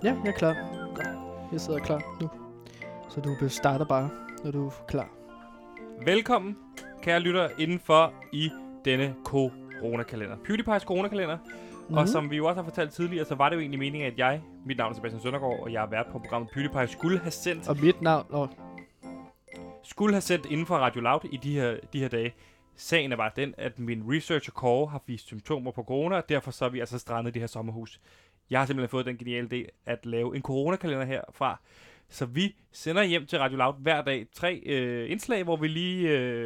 Ja, jeg er klar. Godt. Jeg sidder klar nu. Så du starter bare, når du er klar. Velkommen, kære lytter, indenfor i denne coronakalender. PewDiePie's coronakalender. Mm-hmm. Og som vi jo også har fortalt tidligere, så var det jo egentlig meningen, at mit navn er Sebastian Søndergaard, og jeg er vært på programmet PewDiePie, skulle have sendt... Og mit navn... Skulle have sendt inden for Radio Loud i de her dage. Sagen er bare den, at min researcher Kåre har vist symptomer på corona, og derfor så er vi altså strandet i det her sommerhus. Jeg har simpelthen fået den geniale idé at lave en coronakalender herfra. Så vi sender hjem til Radio Loud hver dag 3 indslag, hvor vi lige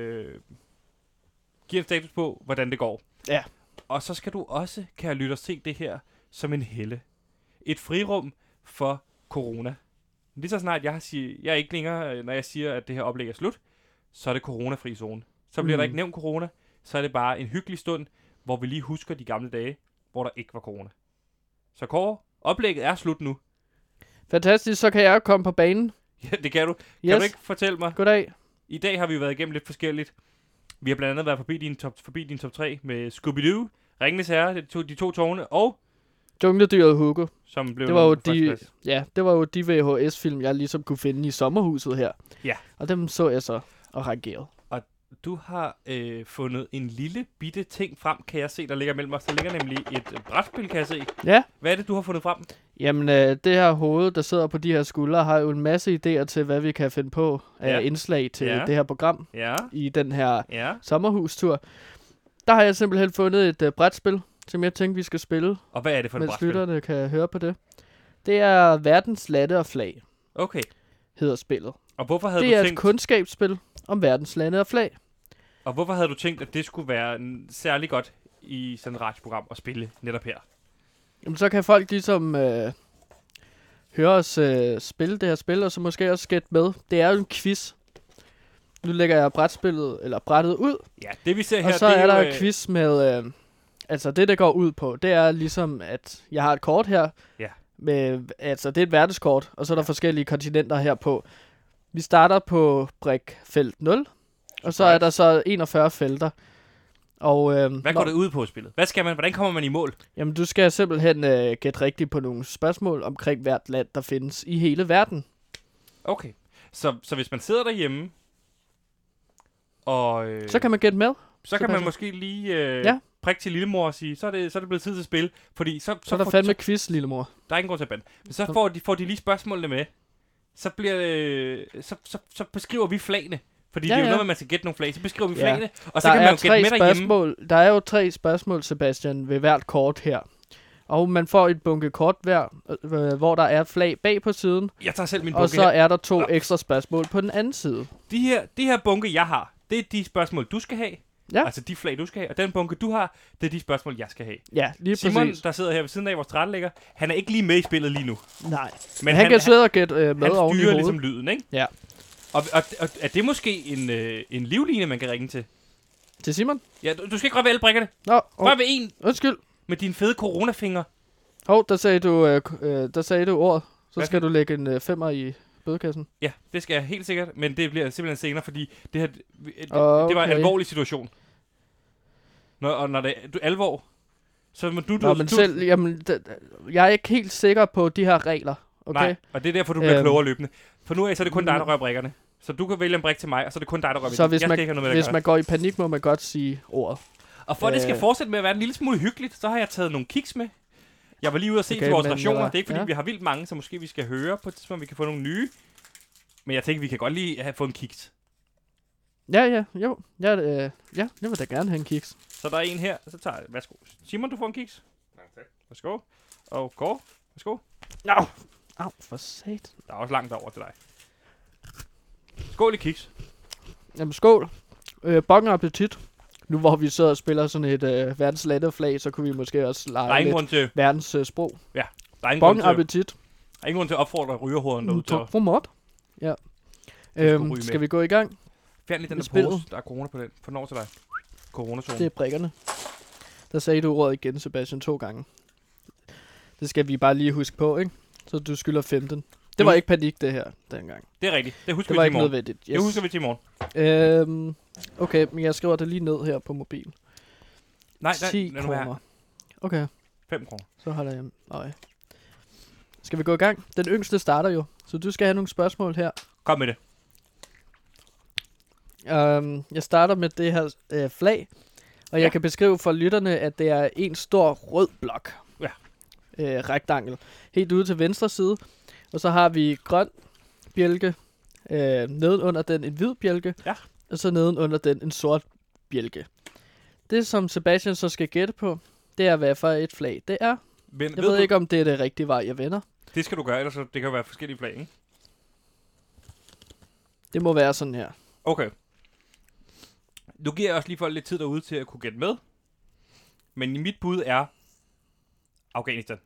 giver en status på, hvordan det går. Ja. Og så skal du også, kære lytter, se det her som en helle. Et frirum for corona. Lige så snart jeg er ikke længere, når jeg siger, at det her oplæg er slut, så er det coronafri zone. Så bliver der ikke nævnt corona, så er det bare en hyggelig stund, hvor vi lige husker de gamle dage, hvor der ikke var corona. Så Kåre, oplægget er slut nu. Fantastisk, så kan jeg komme på banen. Ja, det kan du. Yes. Kan du ikke fortælle mig? Goddag. I dag har vi jo været igennem lidt forskelligt. Vi har blandt andet været forbi din top 3 med Scooby-Doo, Ringenes Herre, de to tårne og... Jungledyret Hugo. Som blev det var jo de VHS-film, jeg ligesom kunne finde i sommerhuset her. Ja. Og dem så jeg så og reagerede. Og du har fundet en lille bitte ting frem, kan jeg se, der ligger mellem os. Der ligger nemlig et brætspil, kan jeg se. Ja. Hvad er det, du har fundet frem? Jamen, det her hoved, der sidder på de her skuldre, har jo en masse idéer til, hvad vi kan finde på af indslag til det her program i den her sommerhustur. Der har jeg simpelthen fundet et brætspil, som jeg tænkte, vi skal spille. Og hvad er det for et brætspil? Mens lytterne kan høre på det. Det er Verdens Lande og Flag. Okay. Hedder spillet. Og hvorfor havde det du er tænkt... et kundskabsspil om verdens lande og flag. Og hvorfor havde du tænkt, at det skulle være særlig godt i sådan et radioprogram at spille netop her? Jamen, så kan folk ligesom høre os spille det her spil, og så måske også gætte med. Det er jo en quiz. Nu lægger jeg brættet ud. Ja, det vi ser her, og så det er der jo, quiz med... altså, det går ud på, det er ligesom, at jeg har et kort her. Ja. Med, altså, det er et verdenskort, og så er der forskellige kontinenter her på. Vi starter på brik felt 0, og så er der så 41 felter. Og, hvad går det ud på spillet? Hvordan kommer man i mål? Jamen, du skal simpelthen gætte rigtigt på nogle spørgsmål omkring hvert land, der findes i hele verden. Okay. Så hvis man sidder derhjemme, og... så kan man gætte med. Så kan man måske lige prikke til lillemor og sige, så er det blevet tid til spil. Fordi så er der fandme quiz, lillemor. Der er ingen grund til at bande. Men så får de lige spørgsmålene med. Så bliver så beskriver vi flagene. Fordi det er jo noget, man skal gætte nogle flag. Så beskriver vi flagene, og så kan man jo gætte med derhjemme. Der er jo 3 spørgsmål, Sebastian, ved hvert kort her. Og man får et bunke kort hver, hvor der er et flag bag på siden. Jeg tager selv min bunke. Og så er der 2 ekstra spørgsmål på den anden side. De her bunke, jeg har, det er de spørgsmål, du skal have. Ja. Altså de flag, du skal have. Og den bunke, du har, det er de spørgsmål, jeg skal have. Ja, lige præcis. Simon, der sidder her ved siden af vores tilrettelægger, han er ikke lige med i spillet lige nu. Nej. Men han kan sidde og gætte med oven i hovedet. Han styrer ligesom lyden, ikke? Ja. Og er det måske en livline, man kan ringe til? Til Simon? Ja, du skal ikke røre ved alle brikkerne. Rør ved en. Undskyld. Med dine fede coronafinger. Der sagde du ordet. Så skal du lægge en 5'er i bødekassen. Ja, det skal jeg helt sikkert. Men det bliver simpelthen senere, fordi det her det var en alvorlig situation. Når det er alvor, så må jeg er ikke helt sikker på de her regler. Okay? Nej, og det er derfor, du bliver klogere løbende. For nu så er det kun dig, der rører brikkerne. Så du kan vælge en brik til mig, og så er det kun dig, der rører så hvis man går i panik, må man godt sige ordet. Og for at det skal fortsætte med at være en lille smule hyggeligt, så har jeg taget nogle kiks med. Jeg var lige ude og se til vores rationer. Det er ikke fordi, vi har vildt mange, så måske vi skal høre på et tidspunkt, vi kan få nogle nye. Men jeg tænker, vi kan godt lige have fået en kiks. Ja, jo. Jeg vil da gerne have en kiks. Så der er en her, så tager jeg. Værsgo. Simon, du får en kiks. Nej, tak. Værsgo. Og Gård. Værsgo. Au, for sat. Der er også langt over til dig. Skål i kiks. Jamen, skål. Bon appetit. Nu hvor vi sidder og spiller sådan et verdens landeflag, så kunne vi måske også lege lidt verdens sprog. Ja. Der er bon appetit. Der er ingen grund til at opfordre rygerhovederne derude. Tak for mod. Ja. Skal vi gå i gang? Fjern lige den der pose, der er corona på den. Få den over til dig. Coronazone. Det er brikkerne. Der sagde du ordet igen, Sebastian, 2 gange. Det skal vi bare lige huske på, ikke? Så du skylder 15. Det var ikke panik, det her, dengang. Det er rigtigt. Det husker vi til i morgen. Nødvendigt. Yes. Det husker vi til i morgen. Okay, men jeg skriver det lige ned her på mobilen. Nej, 10 kroner. Okay. 5 kroner. Så holder jeg øje. Skal vi gå i gang? Den yngste starter jo, så du skal have nogle spørgsmål her. Kom med det. Jeg starter med det her flag, og jeg kan beskrive for lytterne, at det er en stor rød blok. Ja. Rektangel. Helt ude til venstre side. Og så har vi grøn bjælke. Nedenunder den en hvid bjælke. Ja. Og så nedenunder den en sort bjælke. Det, som Sebastian så skal gætte på, det er, hvad for et flag det er. Men, jeg ved ikke, om det er det rigtige vej, jeg vender. Det skal du gøre, ellers det kan være forskellige flag, ikke? Det må være sådan her. Okay. Nu giver jeg også lige folk lidt tid derude til at kunne gætte med. Men i mit bud er Afghanistan.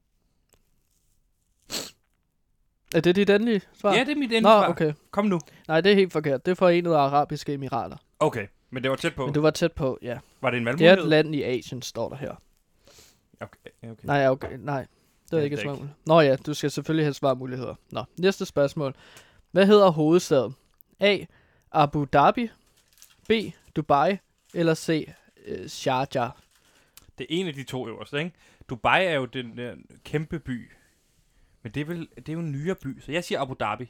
Er det dit endelige svar? Ja, det er mit endelige svar. Okay. Kom nu. Nej, det er helt forkert. Det er Forenede Arabiske Emirater. Okay, men det var tæt på. Men du var tæt på, ja. Var det en valgmulighed? Det er et land i Asien, står der her. Okay. Nej, okay. Nej. Det er ikke et svarmulighed. Nå ja, du skal selvfølgelig have svarmuligheder. Nå, næste spørgsmål. Hvad hedder hovedstaden? A. Abu Dhabi. B. Dubai. Eller C. Sharjah. Det er en af de to øverste, ikke? Dubai er jo den der kæmpe by. Men det er jo en nyere by, så jeg siger Abu Dhabi.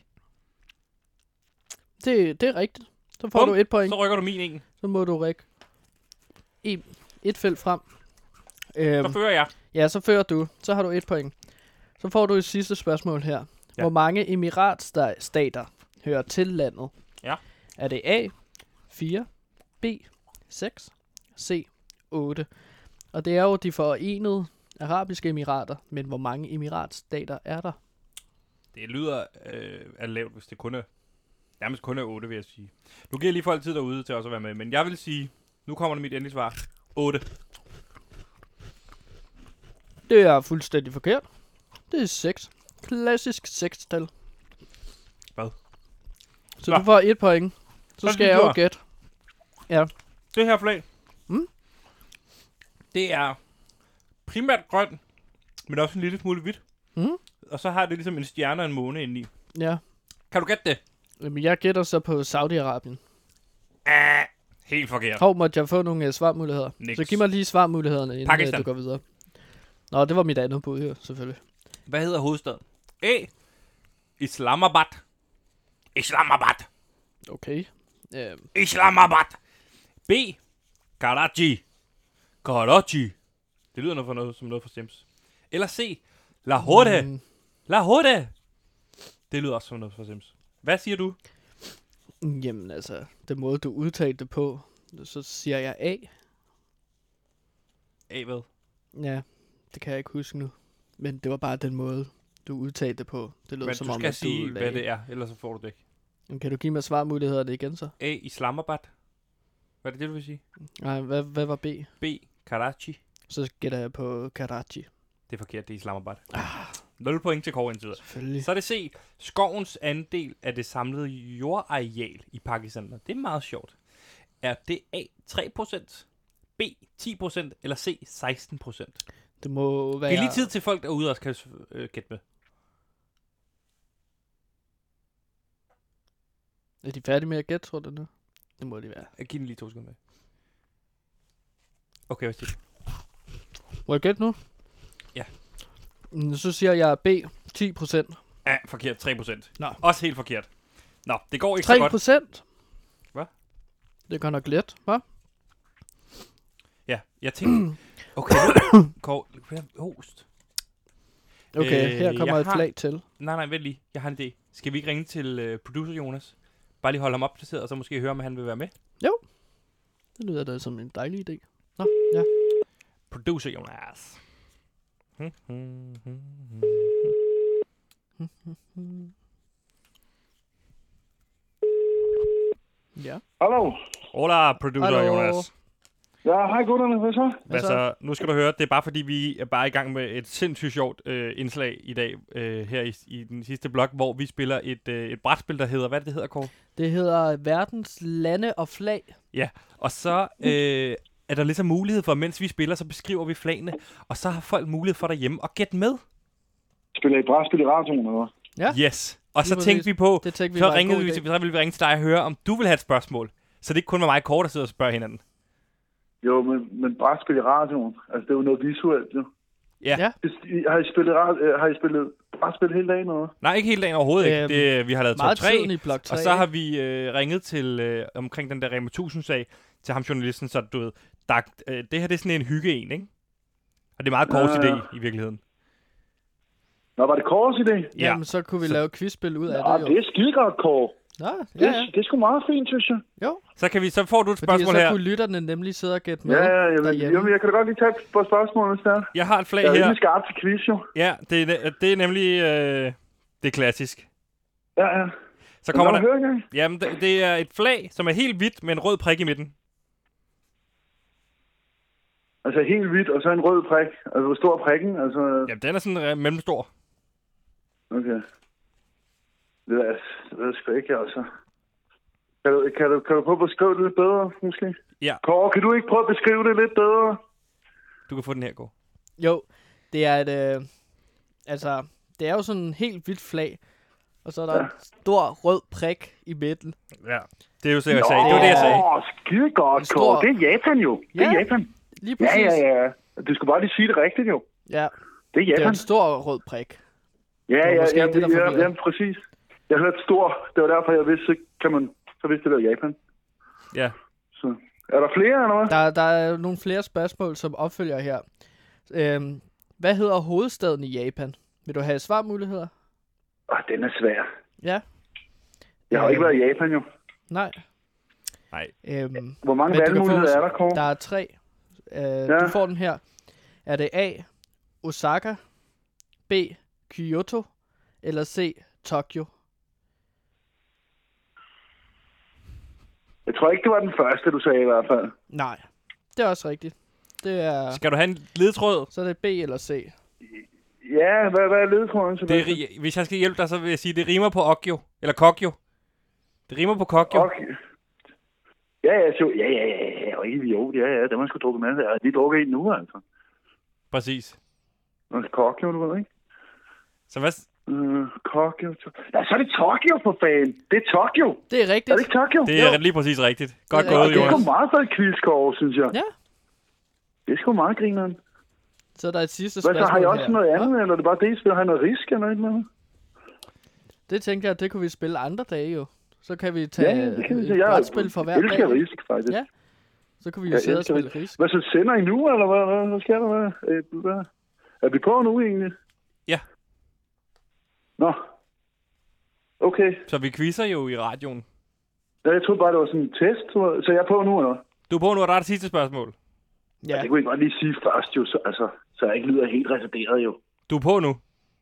Det er rigtigt. Så får du 1 point. Så rykker du min en. Så må du rykke et felt frem. Så fører jeg. Ja, så fører du. Så har du 1 point. Så får du et sidste spørgsmål her. Ja. Hvor mange emiratstater hører til landet? Ja. Er det A, 4, B, 6, C, 8? Og det er jo de Forenede Arabiske Emirater. Men hvor mange emiratstater er der? Det lyder af lavt, hvis det nærmest kun er 8, vil jeg sige. Nu giver jeg lige folk tid derude til også at være med. Men jeg vil sige, nu kommer der mit endelige svar. 8. Det er fuldstændig forkert. Det er 6. Klassisk 6-tal. Hvad? Så du får 1 point. Så skal jeg jo gætte. Ja. Det her flag. Det er primært grøn, men også en lille smule hvidt. Og så har det ligesom en stjerne og en måne indeni. Ja. Kan du gætte det? Jamen, jeg gætter så på Saudi-Arabien. Helt forkert. Måtte jeg få nogle svarmuligheder? Niks. Så giv mig lige svarmulighederne, inden du går videre. Nå, det var mit andet bud her, selvfølgelig. Hvad hedder hovedstaden? A. Islamabad. Okay. Islamabad. B. Karachi. Det lyder som noget for Sims. Eller C. Lahore. Det lyder også som noget for Sims. Hvad siger du? Jamen altså, den måde du udtalte det på, så siger jeg A. A hvad? Ja, det kan jeg ikke huske nu. Men det var bare den måde, du udtalte det på. Det lød som om, at du skal sige, hvad det er, ellers så får du det ikke. Men kan du give mig svarmulighederne igen så? A. Islamabad. Hvad er det, du vil sige? Nej, hvad var B? B. Karachi. Så gætter jeg på Karachi. Det er forkert, det er Islamabad. 0 point til Kåre indtil videre. Selvfølgelig. Så er det C. Skovens andel af det samlede jordareal i Pakistan. Det er meget sjovt. Er det A. 3%, B. 10% eller C. 16%? Det må være... Det er lige tid til folk derude også kan gætte med. Er de færdige med at gætte, tror du nu? Det må de være. Jeg giver den lige 2 sekunder med. Okay, hvad siger du? Må jeg gætte nu? Ja. Så siger jeg B. 10%. Ja, forkert. 3%. Nå. Også helt forkert. Nå, det går ikke så godt. 3%? Hvad? Det går nok let, hva'? Ja, jeg tænkte... Okay, host. Okay, her kommer et flag til. Nej, vent lige. Jeg har en idé. Skal vi ikke ringe til producer Jonas? Bare lige holde ham opdateret, og så måske høre, om han vil være med? Jo. Det lyder da som en dejlig idé. Nå, ja. Producer Jonas. Ja. Hallo. Hola, producer Jonas. Ja, hej gutterne, hvad så? Hvad så? Nu skal du høre, det er bare fordi, vi er bare i gang med et sindssygt sjovt indslag i dag, her i den sidste blok, hvor vi spiller et brætspil, der hedder, hvad det hedder, Kåre? Det hedder Verdens Lande og Flag. Ja, og så er der ligesom mulighed for, mens vi spiller, så beskriver vi flagene, og så har folk mulighed for derhjemme at gætte med. Spiller I brætspil i radioen, eller hvad? Ja. Yes. Og så tænkte vi på, så ville vi ringe til dig og høre, om du vil have et spørgsmål. Så det ikke kun var mig og Kåre, der sidder og spørger hinanden. Jo, men brætspil i radioen, altså det er jo noget visuelt, jo. Ja. Har I spillet brætspil hele dagen, eller? Nej, ikke hele dagen overhovedet ikke. Vi har lavet top 3, i blok 3, og så har vi ringet til, omkring den der Rema 1000-sag, til ham journalisten, så du ved, det her det er sådan en hygge en, ikke? Og det er meget kort idé i virkeligheden. Nå, var det Kåres idé? Ja. Jamen, så kunne vi lave quizspil ud af det, jo. Det er skidegodt, Kåre. Nå, det er sgu meget fint, synes jeg. Jo. Så får du et spørgsmål her. Så kunne lytterne nemlig sidde og gætte med. Jamen, jeg kan da godt lige tage på spørgsmålet, hvis der. Jeg har et flag her. Jeg er rimelig skarp til quiz, jo. Ja, det er nemlig det er klassisk. Ja. Så kommer der. Jamen, det er et flag, som er helt hvidt med en rød prik i midten. Altså helt hvidt, og så en rød prik. Altså, hvor stor er prikken? Altså... Jamen, den er sådan mellemstor. Okay. Det er sgu ikke, altså. Kan du prøve at beskrive det lidt bedre, måske? Ja. Kåre, kan du ikke prøve at beskrive det lidt bedre? Du kan få den her, Kåre. Jo, det er et... det er jo sådan en helt hvidt flag. Og så er der en stor rød prik i midten. Ja, det er jo det, jeg sagde. Det var det, jeg sagde. Skide godt, Kåre. Det er Japan jo. Det er Japan. Lige præcis. Ja. Du skulle bare lige sige det rigtigt, jo. Ja. Det er Japan. Det er en stor rød prik. Ja, præcis. Jeg hørte stor. Det var derfor, jeg vidste, så vidste det var Japan. Ja. Så. Er der flere, eller hvad? Der er nogle flere spørgsmål, som opfølger her. Hvad hedder hovedstaden i Japan? Vil du have svarmuligheder? Den er svær. Ja. Jeg har ikke været i Japan, jo. Nej. Hvor mange valgmuligheder er der, Kåre? Der er 3. Du får den her. Er det A, Osaka, B, Kyoto, eller C, Tokyo? Jeg tror ikke, det var den første, du sagde i hvert fald. Nej, det er også rigtigt. Det er... Skal du have en ledtråd? Så er det B eller C. Ja, hvad er ledtråden? Hvis jeg skal hjælpe dig, så vil jeg sige, det rimer på Okyo. Eller Kokyo. Det rimer på Kokyo. Okay. Ja, og ikke idiot. Ja, det man skulle drukke med. Jeg har lige drukket en nu, altså. Præcis. Kokyo, du ved, ikke? Så hvad... Tokyo. Ja, så er det Tokyo for fanden. Det er Tokyo. Det er rigtigt. Er det ikke Tokyo? Det er lige præcis rigtigt. Godt gået, Jonas. Det er sgu meget for et quizkår, synes jeg. Ja. Det er sgu meget grineren. Så er der et sidste spørgsmål her. Så har jeg også her. noget andet, eller er det bare det, spiller? Har jeg noget risk eller noget? Det tænker jeg, det kunne vi spille andre dage jo. Så kan vi tage det kan vi et brætspil for hver dag. Jeg elsker risk, faktisk. Ja. Så kan vi jo sidde og spille risk. Hvad så sender I nu, eller hvad sker der? Er vi på nu egentlig? Ja. Nå. Okay. Så vi quizzer jo i radioen. Ja, jeg troede bare, det var sådan en test. Så jeg er på nu, eller? Du er på nu, og der er det sidste spørgsmål. Ja. Det kunne jeg godt lige sige først, jo. Så jeg ikke lyder helt retarderet, jo. Du er på nu?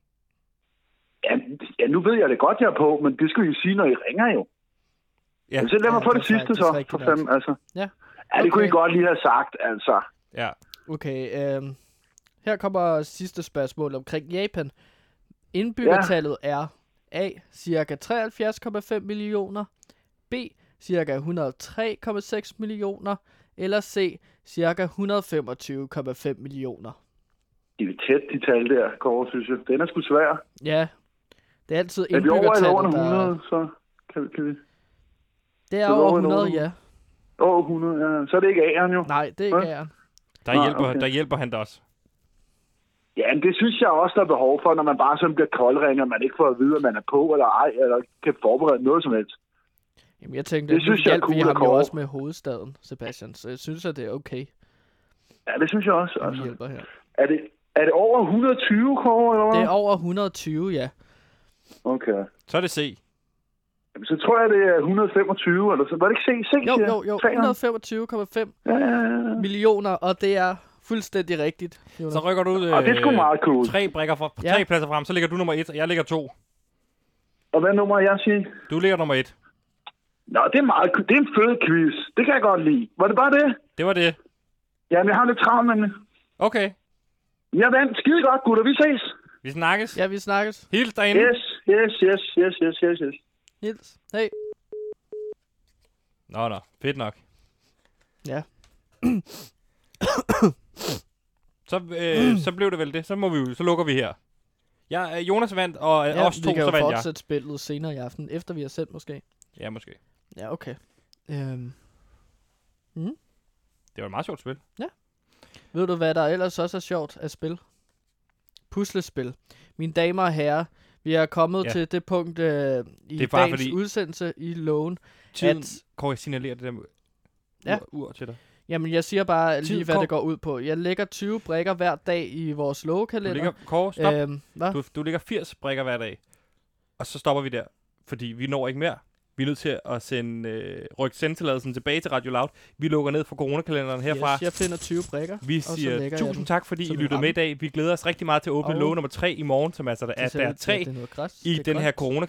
Ja, nu ved jeg det godt, jeg er på, men det skal I sige, når I ringer, jo. Ja. Men så lad mig få det sidste, så. For fanden, altså. Ja. Ja, det kunne I godt lige have sagt, altså. Ja. Okay, her kommer sidste spørgsmål omkring Japan. Indbyggertallet er A, cirka 73,5 millioner, B, cirka 103,6 millioner, eller C, cirka 125,5 millioner. Det er tæt, de tal der, Kåre, synes jeg. Den er sgu svær. Ja, det er altid indbyggertallet, der... Er vi over eller 100, så kan vi... Det er over 100, ja. Over 100, ja. Så er det ikke A'eren, jo. Nej, det er ikke A'eren. Der hjælper han da også. Ja, men det synes jeg også, der er behov for, når man bare sådan bliver koldringer, man ikke får at vide, om man er på eller ej, eller kan forberede noget som helst. Jamen, jeg tænkte, det synes jeg hjælper vi ham jo også med hovedstaden, Sebastian, så jeg synes, at det er okay. Ja, det synes jeg også. Altså. Vi hjælper her. Er det over 120, Kåre, eller hvad? Det er over 120, ja. Okay. Så er det C. Jamen, så tror jeg, det er 125, eller så. Var det ikke C? Jo. 125,5 millioner, og det er fuldstændig rigtigt. Så rykker du ud det er sgu meget cool. 3 pladser frem, så ligger du nummer 1, og jeg ligger 2. Og hvad nummer jeg siger? Du ligger nummer 1. Nå, det er meget cool. Det er en fed quiz. Det kan jeg godt lide. Var det bare det? Det var det. Jamen, jeg har lidt travlt, nemlig. Okay. Jeg vandt. Skide godt, gutter. Vi ses. Vi snakkes. Ja, vi snakkes. Hils derinde. Yes. Hils. Hej. Nå. Fedt nok. Ja. Så blev det vel det. Så lukker vi her. Ja, Jonas vandt, og os to, så vandt jeg. Vi kan jo fortsætte spillet senere i aften, efter vi har sendt måske. Ja, måske. Ja, okay. Det var et meget sjovt spil. Ja. Ved du, hvad der ellers også er sjovt at spille? puslespil. Mine damer og herrer, vi er kommet til det punkt i dagens udsendelse i loven. Tiden, kan jeg signalere det der ur til dig? Jamen, jeg siger bare lige, hvad det går ud på. Jeg lægger 20 brikker hver dag i vores lovekalender. Du lægger 80 brikker hver dag. Og så stopper vi der, fordi vi når ikke mere. Vi er nødt til at rykke sendtilladelsen tilbage til Radio Loud. Vi lukker ned for coronakalenderen herfra. Yes, jeg finder 20 brikker. Vi siger tusind tak, fordi I lyttede med i dag. Vi glæder os rigtig meget til at åbne låge nummer 3 i morgen, som altså er 3 i den her corona.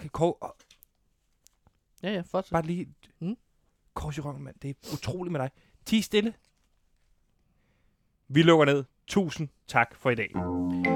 Ja, fortsæt. Bare lige kors i røven, mand. Det er utroligt med dig. Tig stille. Vi lukker ned. Tusind tak for i dag.